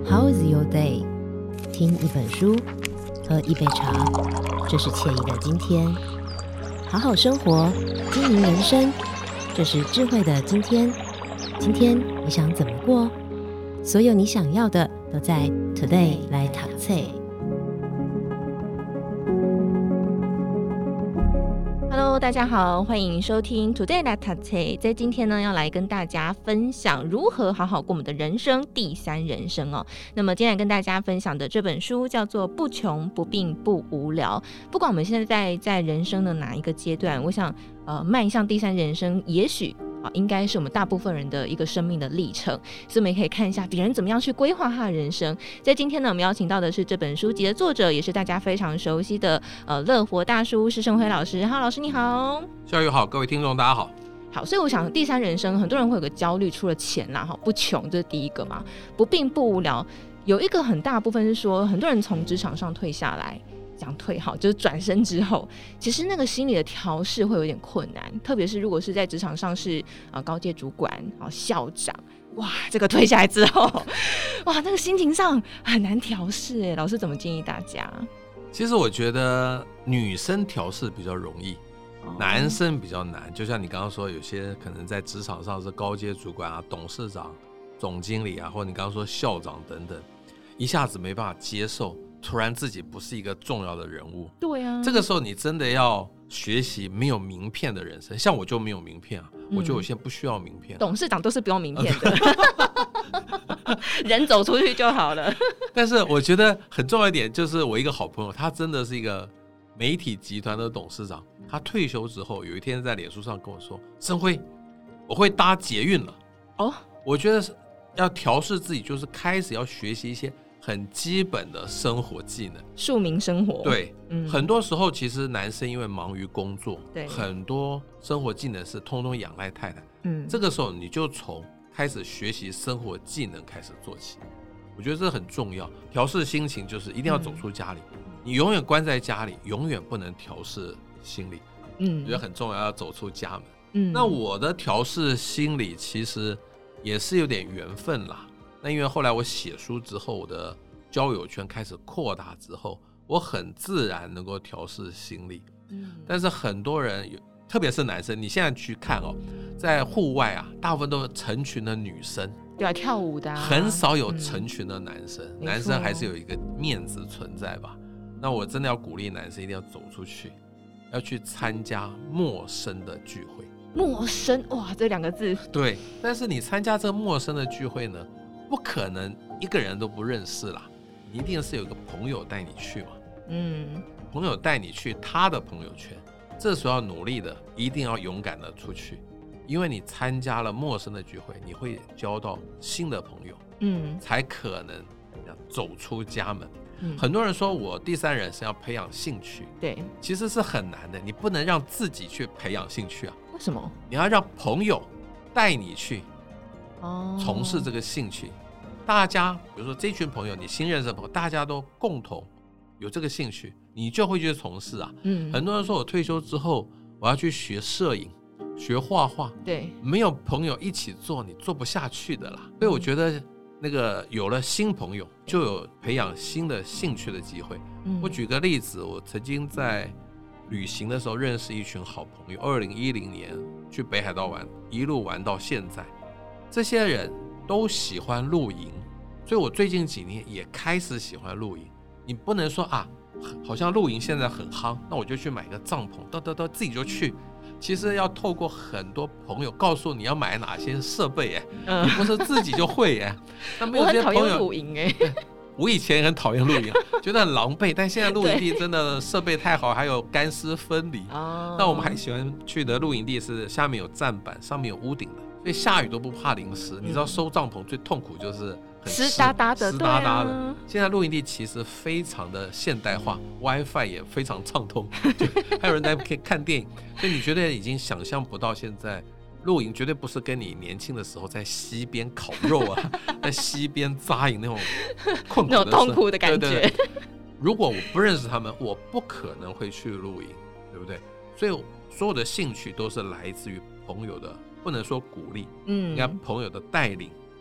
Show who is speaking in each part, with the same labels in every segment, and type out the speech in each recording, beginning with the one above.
Speaker 1: How is your day？ 听一本书，喝一杯茶，这是惬意的今天。好好生活，经营人生，这是智慧的今天。今天你想怎么过？所有你想要的都在 Today 来读册。Hello， 大家好，欢迎收听 Today 来读册。在今天呢，要来跟大家分享如何好好过我们的人生，第三人生哦。那么今天来跟大家分享的这本书叫做《不穷不病不无聊》。不管我们现在人生的哪一个阶段，我想迈向第三人生，也许应该是我们大部分人的一个生命的历程，所以我们也可以看一下别人怎么样去规划他的人生。在今天呢，我们邀请到的是这本书籍的作者，也是大家非常熟悉的乐活大叔施胜辉老师。哈，老师你好。
Speaker 2: 校友好，各位听众大家好。
Speaker 1: 好，所以我想第三人生很多人会有个焦虑，除了钱啦，不穷，这是第一个嘛。不病不无聊，有一个很大部分是说，很多人从职场上退下来。讲退好就是转身之后，其实那个心理的调试会有点困难，特别是如果是在职场上是高阶主管、校长，哇，这个退下来之后，哇，那个心情上很难调试哎。老师怎么建议大家？
Speaker 2: 其实我觉得女生调试比较容易，男生比较难。就像你刚刚说，有些可能在职场上是高阶主管啊、董事长、总经理啊，或者你刚刚说校长等等，一下子没办法接受。突然自己不是一个重要的人物，
Speaker 1: 对啊，这
Speaker 2: 个时候你真的要学习没有名片的人生。像我就没有名片啊，我觉得我现在不需要名片，
Speaker 1: 董事长都是不用名片的人走出去就好了。
Speaker 2: 但是我觉得很重要一点就是我一个好朋友，他真的是一个媒体集团的董事长，他退休之后有一天在脸书上跟我说，胜辉，我会搭捷运了。我觉得要调试自己，就是开始要学习一些很基本的生活技能，
Speaker 1: 庶民生活。
Speaker 2: 对，很多时候其实男生因为忙于工作，
Speaker 1: 对，
Speaker 2: 很多生活技能是通通仰赖太太。这个时候你就从开始学习生活技能开始做起，我觉得这很重要。调试心情就是一定要走出家里，你永远关在家里，永远不能调试心理。我觉得很重要，要走出家门。那我的调试心理其实也是有点缘分啦。那因为后来我写书之后，我的交友圈开始扩大之后，我很自然能够调试心理。但是很多人，特别是男生，你现在去看在户外啊，大部分都是成群的女生，
Speaker 1: 对啊，跳舞的
Speaker 2: 很少有成群的男生。男生还是有一个面子存在吧。那我真的要鼓励男生一定要走出去，要去参加陌生的聚会。
Speaker 1: 陌生，哇，这两个字。
Speaker 2: 对，但是你参加这陌生的聚会呢，不可能一个人都不认识啦，你一定是有个朋友带你去嘛。朋友带你去他的朋友圈，这时候要努力的，一定要勇敢的出去，因为你参加了陌生的聚会，你会交到新的朋友，才可能走出家门。很多人说我第三人生要培养兴趣，对，其实是很难的，你不能让自己去培养兴趣啊。
Speaker 1: 为什么？
Speaker 2: 你要让朋友带你去从事这个兴趣。大家比如说这群朋友，你新认识的朋友，大家都共同有这个兴趣，你就会去从事啊。很多人说我退休之后我要去学摄影、学画画，对，没有朋友一起做，你做不下去的啦。所以我觉得那个有了新朋友，就有培养新的兴趣的机会。我举个例子，我曾经在旅行的时候认识一群好朋友，2010年去北海道玩，一路玩到现在。这些人都喜欢露营，所以我最近几年也开始喜欢露营。你不能说好像露营现在很夯，那我就去买个帐篷，自己就去。其实要透过很多朋友告诉你要买哪些设备，你不是自己就会那没有些朋友，我很讨厌露营我以前也很讨厌露营，觉得很狼狈，但现在露营地真的设备太好，还有干湿分离。那我们还喜欢去的露营地是下面有站板，上面有屋顶的，所以下雨都不怕淋湿。你知道收帐篷最痛苦就是很
Speaker 1: 湿哒哒的，
Speaker 2: 现在露营地其实非常的现代化， WiFi 也非常畅通，还有人在看电影，所以你绝对已经想象不到现在露营绝对不是跟你年轻的时候在溪边烤肉在溪边扎营那种困苦的
Speaker 1: 那种痛苦的感觉。
Speaker 2: 对，如果我不认识他们，我不可能会去露营，对不对？所以所有的兴趣都是来自于朋友的，不能说鼓励，应该朋友的带领，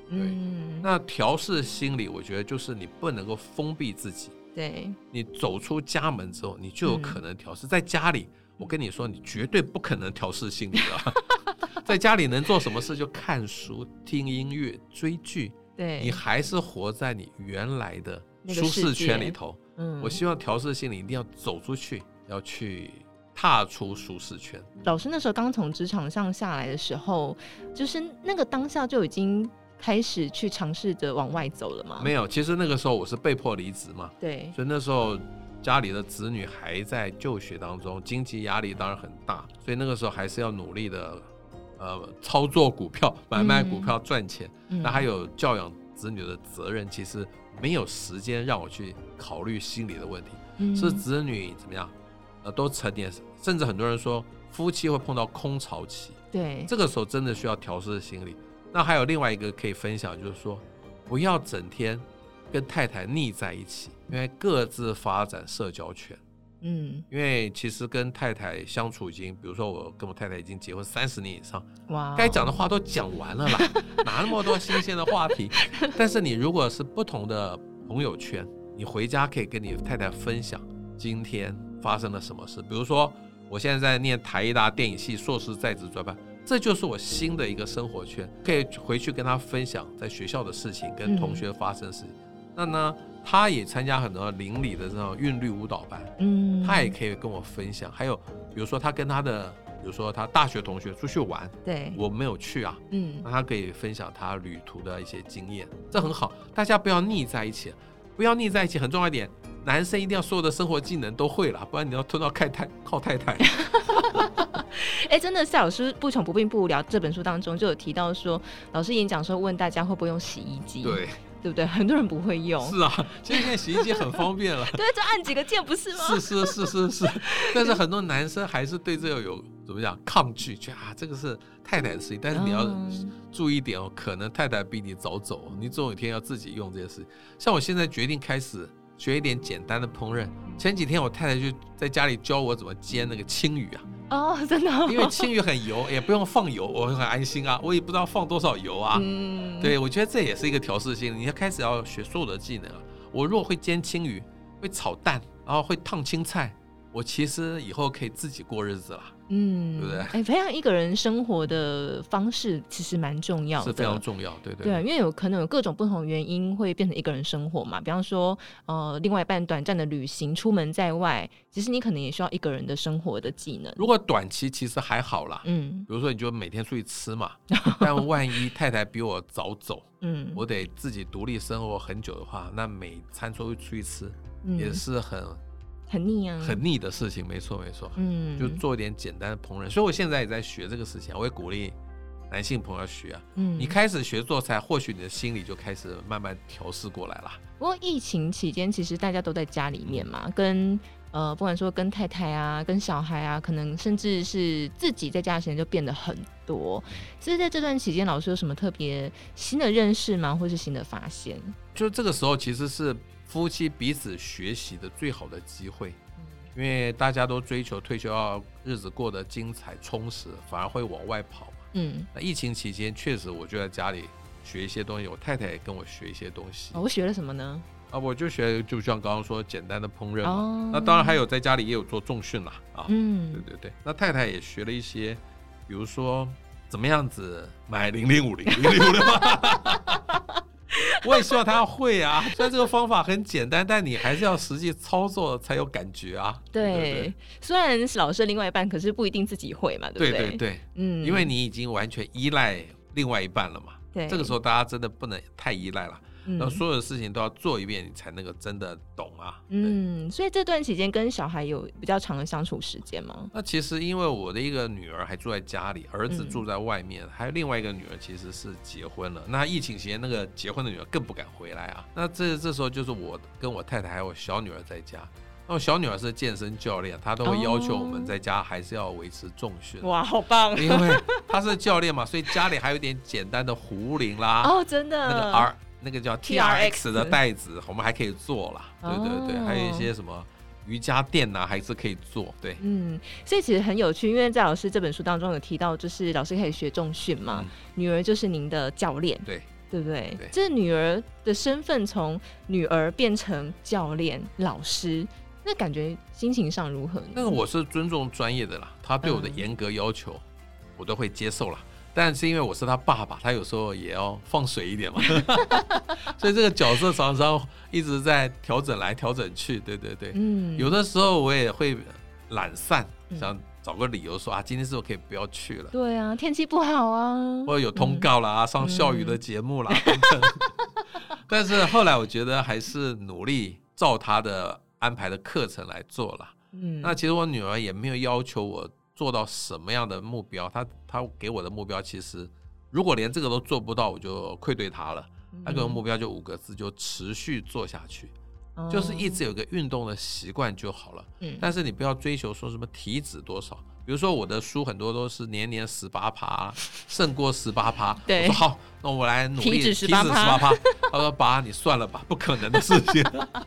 Speaker 2: 那调试心理，我觉得就是你不能够封闭自己。
Speaker 1: 对，
Speaker 2: 你走出家门之后，你就有可能调试。在家里，我跟你说，你绝对不可能调试心理的。在家里能做什么事？就看书、听音乐、追剧。
Speaker 1: 对，
Speaker 2: 你还是活在你原来的舒适圈里头。我希望调试心理一定要走出去，要去踏出舒适圈。
Speaker 1: 老师那时候刚从职场上下来的时候，就是那个当下就已经开始去尝试着往外走了吗？
Speaker 2: 没有，其实那个时候我是被迫离职嘛。
Speaker 1: 对，
Speaker 2: 所以那时候家里的子女还在就学当中，经济压力当然很大，所以那个时候还是要努力的操作股票、买卖股票赚钱。那还有教养子女的责任，其实没有时间让我去考虑心理的问题。是子女怎么样都成年，甚至很多人说夫妻会碰到空巢期。
Speaker 1: 对，
Speaker 2: 这个时候真的需要调试心理。那还有另外一个可以分享，就是说不要整天跟太太腻在一起，因为各自发展社交圈。因为其实跟太太相处已经，比如说我跟我太太已经结婚30年以上，哇，该讲的话都讲完了啦，哪那么多新鲜的话题？但是你如果是不同的朋友圈，你回家可以跟你太太分享今天发生了什么事。比如说我现在在念台艺大电影系硕士在职专班，这就是我新的一个生活圈，可以回去跟他分享在学校的事情，跟同学发生的事情。那呢，他也参加很多邻里的这种韵律舞蹈班，他也可以跟我分享。还有比如说他跟他的，比如说他大学同学出去玩，对，我没有去啊，那他可以分享他旅途的一些经验，这很好。大家不要腻在一起，不要腻在一起，很重要一点，男生一定要所有的生活技能都会啦，不然你要吞到靠太太。
Speaker 1: 真的夏老师不穷不病不无聊这本书当中就有提到说，老师演讲时候问大家会不会用洗衣机，对不对？很多人不会用。
Speaker 2: 是啊，其实现在洗衣机很方便了。
Speaker 1: 对，就按几个键不是吗？
Speaker 2: 是。但是很多男生还是对这个有怎么讲抗拒，觉得这个是太太的事情。但是你要注意一点可能太太比你早走，你总有一天要自己用这些事情。像我现在决定开始学一点简单的烹饪，前几天我太太就在家里教我怎么煎那个青鱼啊。
Speaker 1: 真的
Speaker 2: 因为青鱼很油，也不用放油，我很安心啊，我也不知道放多少油啊。对，我觉得这也是一个调试性，你要开始要学所有的技能啊。我如果会煎青鱼，会炒蛋，然后会烫青菜，我其实以后可以自己过日子啦。对不对？
Speaker 1: 培养一个人生活的方式其实蛮重要的，
Speaker 2: 是非常重要。对，
Speaker 1: 因为有可能有各种不同原因会变成一个人生活嘛。比方说另外一半短暂的旅行，出门在外，其实你可能也需要一个人的生活的技能。
Speaker 2: 如果短期其实还好啦，比如说你就每天出去吃嘛，但万一太太比我早走，我得自己独立生活很久的话，那每餐出去吃也是很腻啊，很腻的事情。没错，就做一点简单的烹饪。所以我现在也在学这个事情，我也鼓励男性朋友学啊。你开始学做菜，或许你的心理就开始慢慢调试过来了。
Speaker 1: 不过疫情期间，其实大家都在家里面嘛，跟不管说跟太太啊，跟小孩啊，可能甚至是自己在家的时间就变得很多。其实在这段期间，老师有什么特别新的认识吗，或是新的发现？
Speaker 2: 就这个时候其实是夫妻彼此学习的最好的机会，因为大家都追求退休要日子过得精彩充实，反而会往外跑嘛。那疫情期间确实我就在家里学一些东西，我太太也跟我学一些东西。
Speaker 1: 我学了什么呢？
Speaker 2: 我就学就像刚刚说简单的烹饪嘛。那当然还有在家里也有做重训啦。对。那太太也学了一些，比如说怎么样子买0050我也希望他要会啊，虽然这个方法很简单，但你还是要实际操作才有感觉啊。
Speaker 1: 对，虽然是老师的另外一半，可是不一定自己会嘛，对不对？
Speaker 2: 对，因为你已经完全依赖另外一半了嘛。这个时候大家真的不能太依赖了。那所有的事情都要做一遍，你才能够真的懂啊。
Speaker 1: 所以这段期间跟小孩有比较长的相处时间吗？
Speaker 2: 那其实因为我的一个女儿还住在家里，儿子住在外面，还有另外一个女儿其实是结婚了。那疫情期间那个结婚的女儿更不敢回来啊。那这时候就是我跟我太太还有我小女儿在家。那我小女儿是健身教练，她都会要求我们在家还是要维持重训。
Speaker 1: 哇，好棒！
Speaker 2: 因为她是教练嘛，所以家里还有一点简单的壶铃啦。
Speaker 1: 真的。
Speaker 2: 那个叫 TRX 的带子，我们还可以做啦。对，还有一些什么瑜伽垫啊，还是可以做。对，
Speaker 1: 所以其实很有趣，因为在老师这本书当中有提到，就是老师可以学重训嘛，女儿就是您的教练。
Speaker 2: 对，
Speaker 1: 对不对？
Speaker 2: 对，
Speaker 1: 这女儿的身份从女儿变成教练、老师，那感觉心情上如何呢？
Speaker 2: 那个我是尊重专业的啦，他对我的严格要求，我都会接受啦。但是因为我是他爸爸，他有时候也要放水一点嘛，所以这个角色常常一直在调整来调整去，对对对。有的时候我也会懒散，想找个理由说啊，今天是不是可以不要去了？
Speaker 1: 对啊，天气不好啊，
Speaker 2: 或者有通告啦，上校语的节目啦等等。但是后来我觉得还是努力照他的安排的课程来做了。那其实我女儿也没有要求我做到什么样的目标，他给我的目标其实如果连这个都做不到，我就愧对他了。他给我的目标就5个字，就持续做下去。就是一直有个运动的习惯就好了。但是你不要追求说什么体脂多少，比如说我的书很多都是年年18%，胜过18%。我说好，那我来努力
Speaker 1: 体脂18%。
Speaker 2: 他说爸，你算了吧，不可能的事情。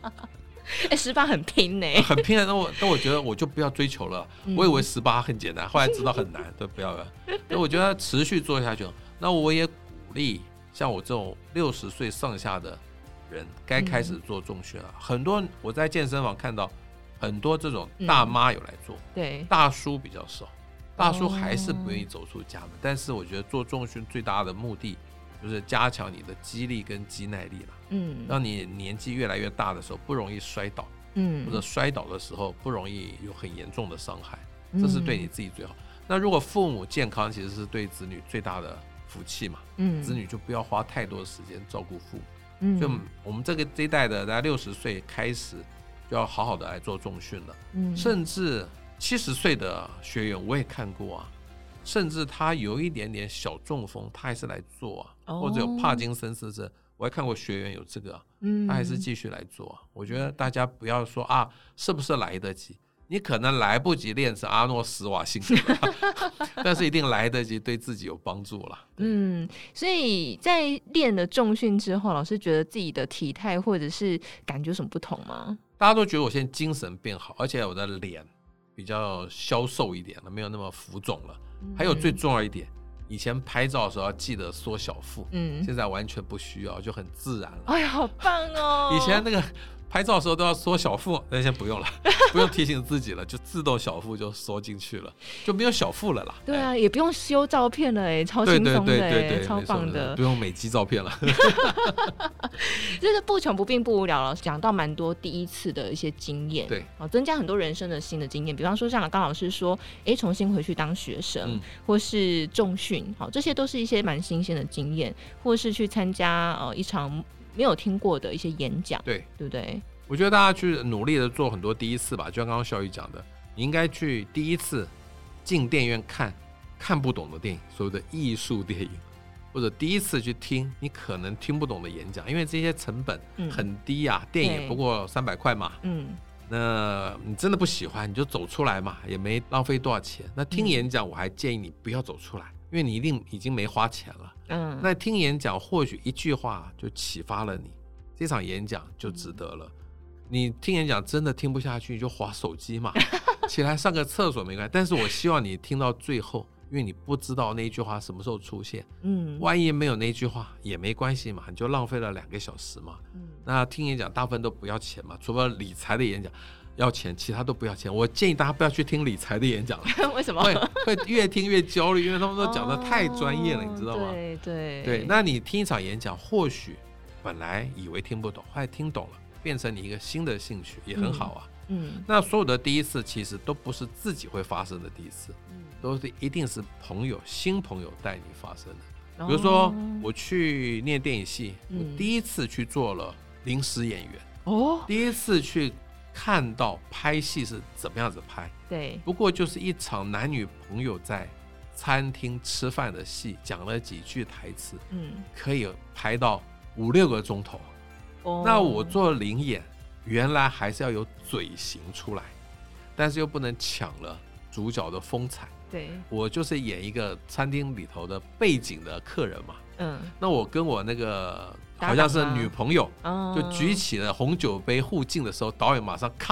Speaker 1: 18很拼呢，
Speaker 2: 很拼的。那我觉得我就不要追求了。我以为18很简单，后来知道很难，对，不要了。所以我觉得持续做下去。那我也鼓励像我这种60岁上下的人该开始做重训了。很多我在健身房看到很多这种大妈有来做，
Speaker 1: 对，
Speaker 2: 大叔比较少，大叔还是不愿意走出家门。但是我觉得做重训最大的目的就是加强你的肌力跟肌耐力了，让你年纪越来越大的时候不容易摔倒，或者摔倒的时候不容易有很严重的伤害，这是对你自己最好。那如果父母健康，其实是对子女最大的福气嘛，子女就不要花太多的时间照顾父母。就我们这一代的大概60岁开始就要好好的来做重训了，甚至70岁的学员我也看过啊，甚至他有一点点小中风他还是来做啊，或者有帕金森氏症，我还看过学员有这个，他还是继续来做啊。我觉得大家不要说啊是不是来得及，你可能来不及练成阿诺施瓦辛格但是一定来得及，对自己有帮助了。
Speaker 1: 所以在练了重训之后，老师觉得自己的体态或者是感觉有什么不同吗？
Speaker 2: 大家都觉得我现在精神变好，而且我的脸比较消瘦一点了，没有那么浮肿了。还有最重要一点，以前拍照的时候要记得缩小腹，现在完全不需要，就很自然了。
Speaker 1: 哎呀，好棒哦！
Speaker 2: 以前那个拍照的时候都要缩小腹，但现在不用了，不用提醒自己了，就自动小腹就缩进去了，就没有小腹了啦。
Speaker 1: 对啊，也不用修照片了，超轻松的，
Speaker 2: 对，
Speaker 1: 超棒的，
Speaker 2: 不用美肌照片了。
Speaker 1: 这是不穷不病不无聊了，讲到蛮多第一次的一些经验，
Speaker 2: 对，
Speaker 1: 增加很多人生的新的经验。比方说像刚老师说，重新回去当学生，或是重训，这些都是一些蛮新鲜的经验，或是去参加一场没有听过的一些演讲，对不对？
Speaker 2: 我觉得大家去努力的做很多第一次吧，就像刚刚小雨讲的，你应该去第一次进电影院看不懂的电影，所谓的艺术电影，或者第一次去听你可能听不懂的演讲，因为这些成本很低啊，电影不过300块嘛，那你真的不喜欢你就走出来嘛，也没浪费多少钱。那听演讲我还建议你不要走出来，因为你一定已经没花钱了。那听演讲或许一句话就启发了你，这场演讲就值得了。你听演讲真的听不下去，你就滑手机嘛，起来上个厕所没关系。但是我希望你听到最后，因为你不知道那句话什么时候出现，万一没有那句话也没关系嘛，你就浪费了2个小时嘛。那听演讲大部分都不要钱嘛，除了理财的演讲要钱，其他都不要钱。我建议大家不要去听理财的演讲了
Speaker 1: 为什么？
Speaker 2: 会越听越焦虑，因为他们都讲得太专业了，你知道吗？对，那你听一场演讲，或许本来以为听不懂，后来听懂了，变成你一个新的兴趣，也很好啊。那所有的第一次其实都不是自己会发生的第一次，都是一定是新朋友带你发生的。比如说我去念电影系，我第一次去做了临时演员，第一次去看到拍戏是怎么样子拍，
Speaker 1: 对，
Speaker 2: 不过就是一场男女朋友在餐厅吃饭的戏，讲了几句台词，可以拍到5-6个钟头。那我做临演，原来还是要有嘴型出来，但是又不能抢了主角的风采。对，我就是演一个餐厅里头的背景的客人嘛。那我跟我那个好像是女朋友，就举起了红酒杯互敬的时候，导演马上咔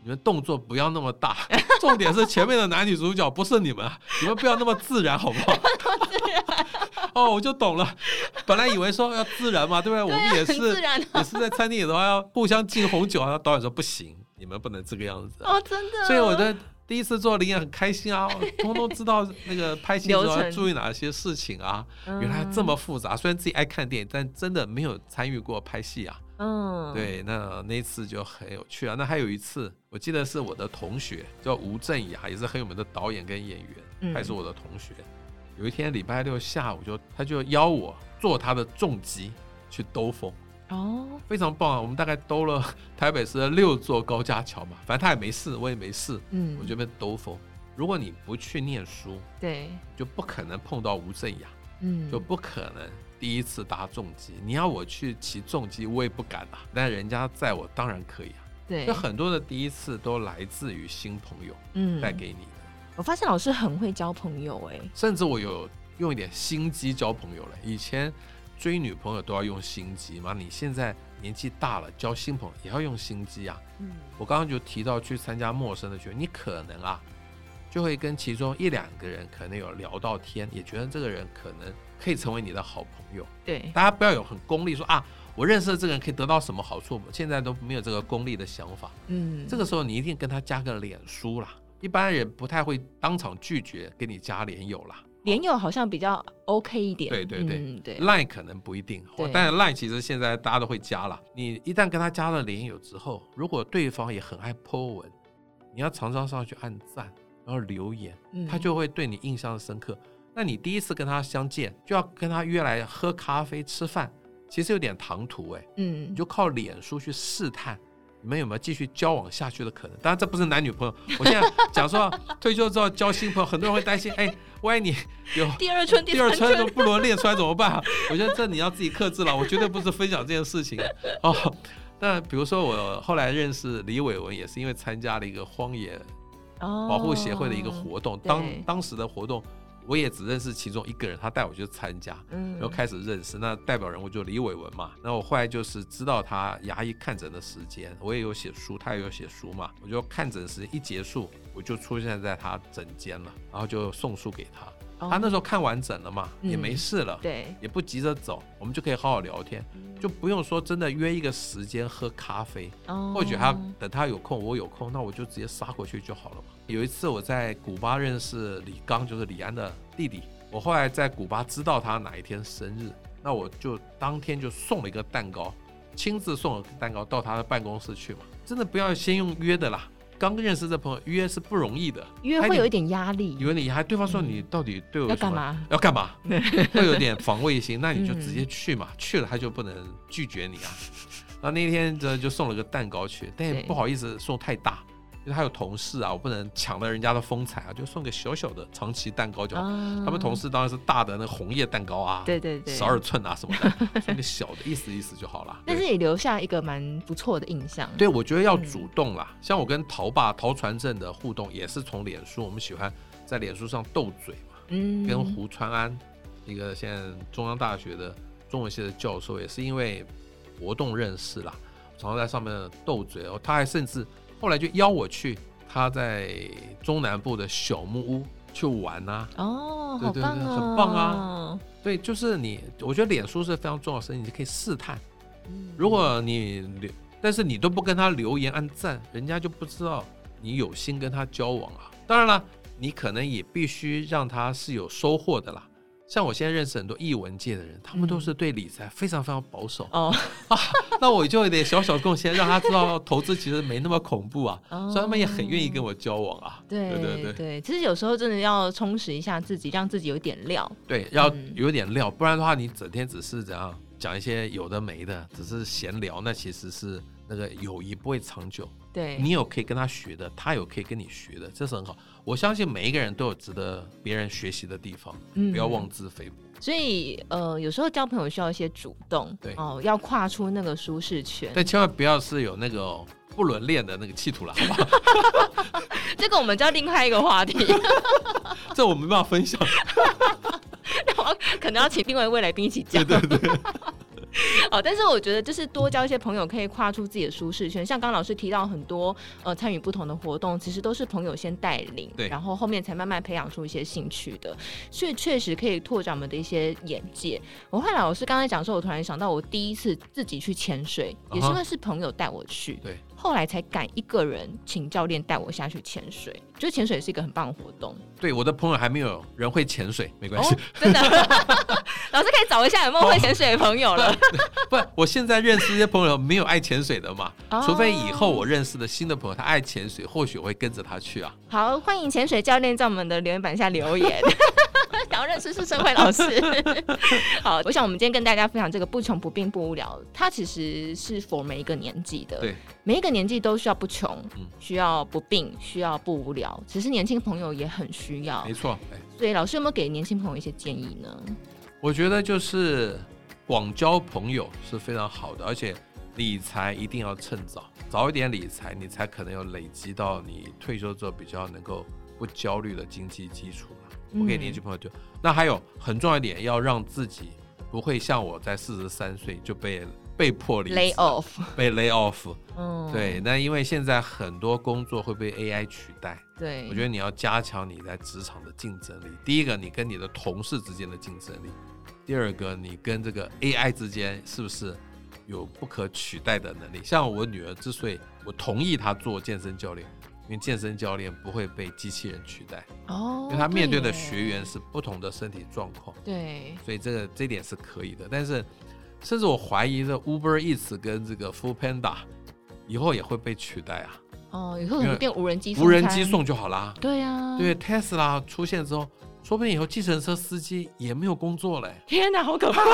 Speaker 2: 你们动作不要那么大，重点是前面的男女主角不是你们，你们不要那么自然好不好？哦，我就懂了。本来以为说要自然嘛，对不对？我们也是在餐厅里的话要互相敬红酒啊。导演说不行，你们不能这个样子。
Speaker 1: 哦，真的。
Speaker 2: 所以我的第一次做灵演很开心啊，通通知道那个拍戏的时候要注意哪些事情啊。原来这么复杂，虽然自己爱看电影，但真的没有参与过拍戏啊。对，那一次就很有趣啊。那还有一次，我记得是我的同学叫吴镇雅，也是很有名的导演跟演员，还是我的同学。有一天礼拜六下午他就邀我坐他的重机去兜风。非常棒啊！我们大概兜了台北市的6座高架桥嘛，反正他也没事，我也没事，我就被兜风。如果你不去念书，
Speaker 1: 对，
Speaker 2: 就不可能碰到吴镇雅，就不可能第一次搭重机。你要我去骑重机，我也不敢啊，但人家载我当然可以啊。
Speaker 1: 对，
Speaker 2: 就很多的第一次都来自于新朋友带给你的。
Speaker 1: 我发现老师很会交朋友
Speaker 2: 甚至我有用一点心机交朋友了。以前追女朋友都要用心机嘛，你现在年纪大了，交新朋友也要用心机啊。我刚刚就提到去参加陌生的局，你可能就会跟其中1-2个人可能有聊到天，也觉得这个人可能可以成为你的好朋友。
Speaker 1: 对，
Speaker 2: 大家不要有很功利说我认识的这个人可以得到什么好处，现在都没有这个功利的想法。这个时候你一定跟他加个脸书啦，一般人不太会当场拒绝给你加脸友啦。
Speaker 1: 脸友好像比较 OK 一点。
Speaker 2: 对对 对，LINE 可能不一定，但 LINE 其实现在大家都会加了。你一旦跟他加了脸友之后，如果对方也很爱 po 文，你要常常上去按赞，然后留言，他就会对你印象深刻。那你第一次跟他相见，就要跟他约来喝咖啡吃饭，其实有点唐突你就靠脸书去试探你们有没有继续交往下去的可能。当然这不是男女朋友，我现在讲说退休之后交新朋友，很多人会担心万一你有
Speaker 1: 第二春
Speaker 2: 都不能练出来怎么办我觉得这你要自己克制了，我绝对不是分享这件事情那比如说我后来认识李伟文，也是因为参加了一个荒野保护协会的一个活动，当时的活动我也只认识其中1个人，他带我去参加，然后开始认识。那代表人物就李伟文嘛。那我后来就是知道他牙医看诊的时间，我也有写书，他也有写书嘛。我就看诊时一结束，我就出现在他诊间了，然后就送书给他。他那时候看完诊了嘛，也没事了，
Speaker 1: 对，
Speaker 2: 也不急着走，我们就可以好好聊天，就不用说真的约一个时间喝咖啡，或许等他有空我有空，那我就直接杀过去就好了嘛。有一次我在古巴认识李刚，就是李安的弟弟，我后来在古巴知道他哪一天生日，那我就当天就送了一个蛋糕，亲自送了个蛋糕到他的办公室去嘛。真的不要先用约的啦，刚认识这朋友约是不容易的，
Speaker 1: 约会有一点压力，
Speaker 2: 有点压力。对方说你到底对我有什么要干嘛会有点防卫心，那你就直接去嘛，去了他就不能拒绝你啊。然后那天就送了个蛋糕去，但也不好意思送太大，因为他有同事啊，我不能抢了人家的风采啊，就送个小小的长崎蛋糕就好。他们同事当然是大的那个红叶蛋糕啊，对，12寸啊什么的，送个小的意思意思就好了。
Speaker 1: 但是也留下一个蛮不错的印象。
Speaker 2: 对，我觉得要主动啦。像我跟陶传正的互动也是从脸书，我们喜欢在脸书上斗嘴嘛。跟胡传安，一个现在中央大学的中文系的教授，也是因为活动认识啦，常常在上面斗嘴他还甚至后来就邀我去他在中南部的小木屋去玩啊。
Speaker 1: 好棒哦，
Speaker 2: 很棒啊。对，就是我觉得脸书是非常重要的事情，你可以试探。如果但是你都不跟他留言按赞，人家就不知道你有心跟他交往啊。当然了，你可能也必须让他是有收获的啦。像我现在认识很多艺文界的人，他们都是对理财非常非常保守那我就有点小小贡献，让他知道投资其实没那么恐怖啊，所以他们也很愿意跟我交往啊。
Speaker 1: 对，其实有时候真的要充实一下自己，让自己有点料。
Speaker 2: 对，要有点料，不然的话你整天只是怎样讲一些有的没的，只是闲聊，那其实是那个友谊不会长久。
Speaker 1: 对，
Speaker 2: 你有可以跟他学的，他有可以跟你学的，这是很好。我相信每一个人都有值得别人学习的地方，不要妄自菲薄。
Speaker 1: 所以有时候交朋友需要一些主动，
Speaker 2: 对
Speaker 1: 要跨出那个舒适圈，
Speaker 2: 但千万不要是有那个不伦恋的那个企图了，好不好？
Speaker 1: 这个我们就要另开一个话题，
Speaker 2: 这我没办法分享，
Speaker 1: 可能要请另外一位来宾一起讲。
Speaker 2: 对。
Speaker 1: 但是我觉得就是多交一些朋友，可以跨出自己的舒适圈。像刚刚老师提到很多参与不同的活动，其实都是朋友先带领，然后后面才慢慢培养出一些兴趣的，所以确实可以拓展我们的一些眼界。我后来老师刚才讲的时候，我突然想到，我第一次自己去潜水，也是因为是朋友带我去，对，后来才敢一个人请教练带我下去潜水。觉得潜水是一个很棒的活动。
Speaker 2: 对，我的朋友还没有人会潜水，没关系，
Speaker 1: 真的。老师可以找一下有没有会潜水的朋友了。
Speaker 2: 不，我现在认识这些朋友没有爱潜水的嘛，除非以后我认识的新的朋友他爱潜水，或许我会跟着他去啊。
Speaker 1: 好，欢迎潜水教练在我们的留言板下留言。想要认识施昇輝老师。好，我想我们今天跟大家分享这个不穷不病不无聊，它其实是 for 每一个年纪的，对，每一个年纪都需要不穷，需要不病，需要不无聊，其实年轻朋友也很需要，没错。所以老师有没有给年轻朋友一些建议呢？
Speaker 2: 我觉得就是广交朋友是非常好的，而且理财一定要趁早一点理财，你才可能有累积到你退休之后比较能够不焦虑的经济基础。我给年轻朋友那还有很重要一点，要让自己不会像我在43岁就被迫离职
Speaker 1: lay off，
Speaker 2: 被 lay off。对，那因为现在很多工作会被 AI 取代，对，我觉得你要加强你在职场的竞争力。第一个，你跟你的同事之间的竞争力；第二个，你跟这个 AI 之间是不是有不可取代的能力？像我女儿之所以我同意她做健身教练，因为健身教练不会被机器人取代，因为他面对的学员是不同的身体状况，对，所以这点是可以的。但是甚至我怀疑这 Uber Eats 跟这个 Foodpanda 以后也会被取代啊。
Speaker 1: 以后可能变无人机送餐，
Speaker 2: 无人机送就好啦。
Speaker 1: 对啊，
Speaker 2: 对 Tesla 出现之后，说不定以后计程车司机也没有工作了。
Speaker 1: 天哪，好可怕！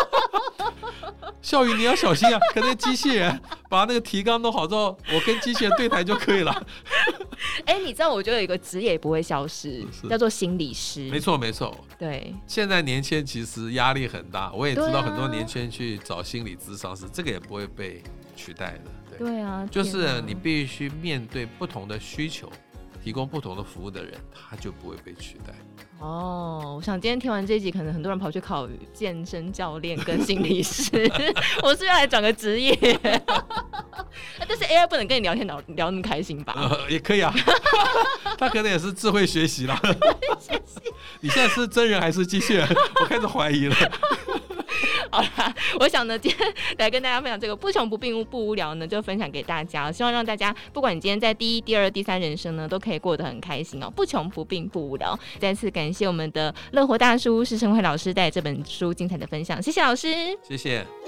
Speaker 2: 孝宇你要小心啊，可能机器人把那个提纲弄好之后，我跟机器人对谈就可以了。
Speaker 1: 你知道我觉得有一个职业也不会消失，叫做心理师。
Speaker 2: 没错没错，
Speaker 1: 对，
Speaker 2: 现在年轻人其实压力很大，我也知道很多年轻人去找心理咨商师，这个也不会被取代的。对啊，就是你必须面对不同的需求，提供不同的服务的人，他就不会被取代。
Speaker 1: 我想今天听完这一集，可能很多人跑去考健身教练跟心理师。我是要来转个职业。但是 AI 不能跟你聊天聊那么开心吧？
Speaker 2: 也可以啊。他可能也是智慧学习啦。你现在是真人还是机器人？我开始怀疑了。
Speaker 1: 好啦，我想呢，今天来跟大家分享这个不穷不病不无聊呢，就分享给大家，希望让大家不管你今天在第一、第二、第三人生呢，都可以过得很开心哦，不穷不病不无聊。再次感谢我们的乐活大叔施昇輝老师带来这本书精彩的分享，谢谢老师，
Speaker 2: 谢谢。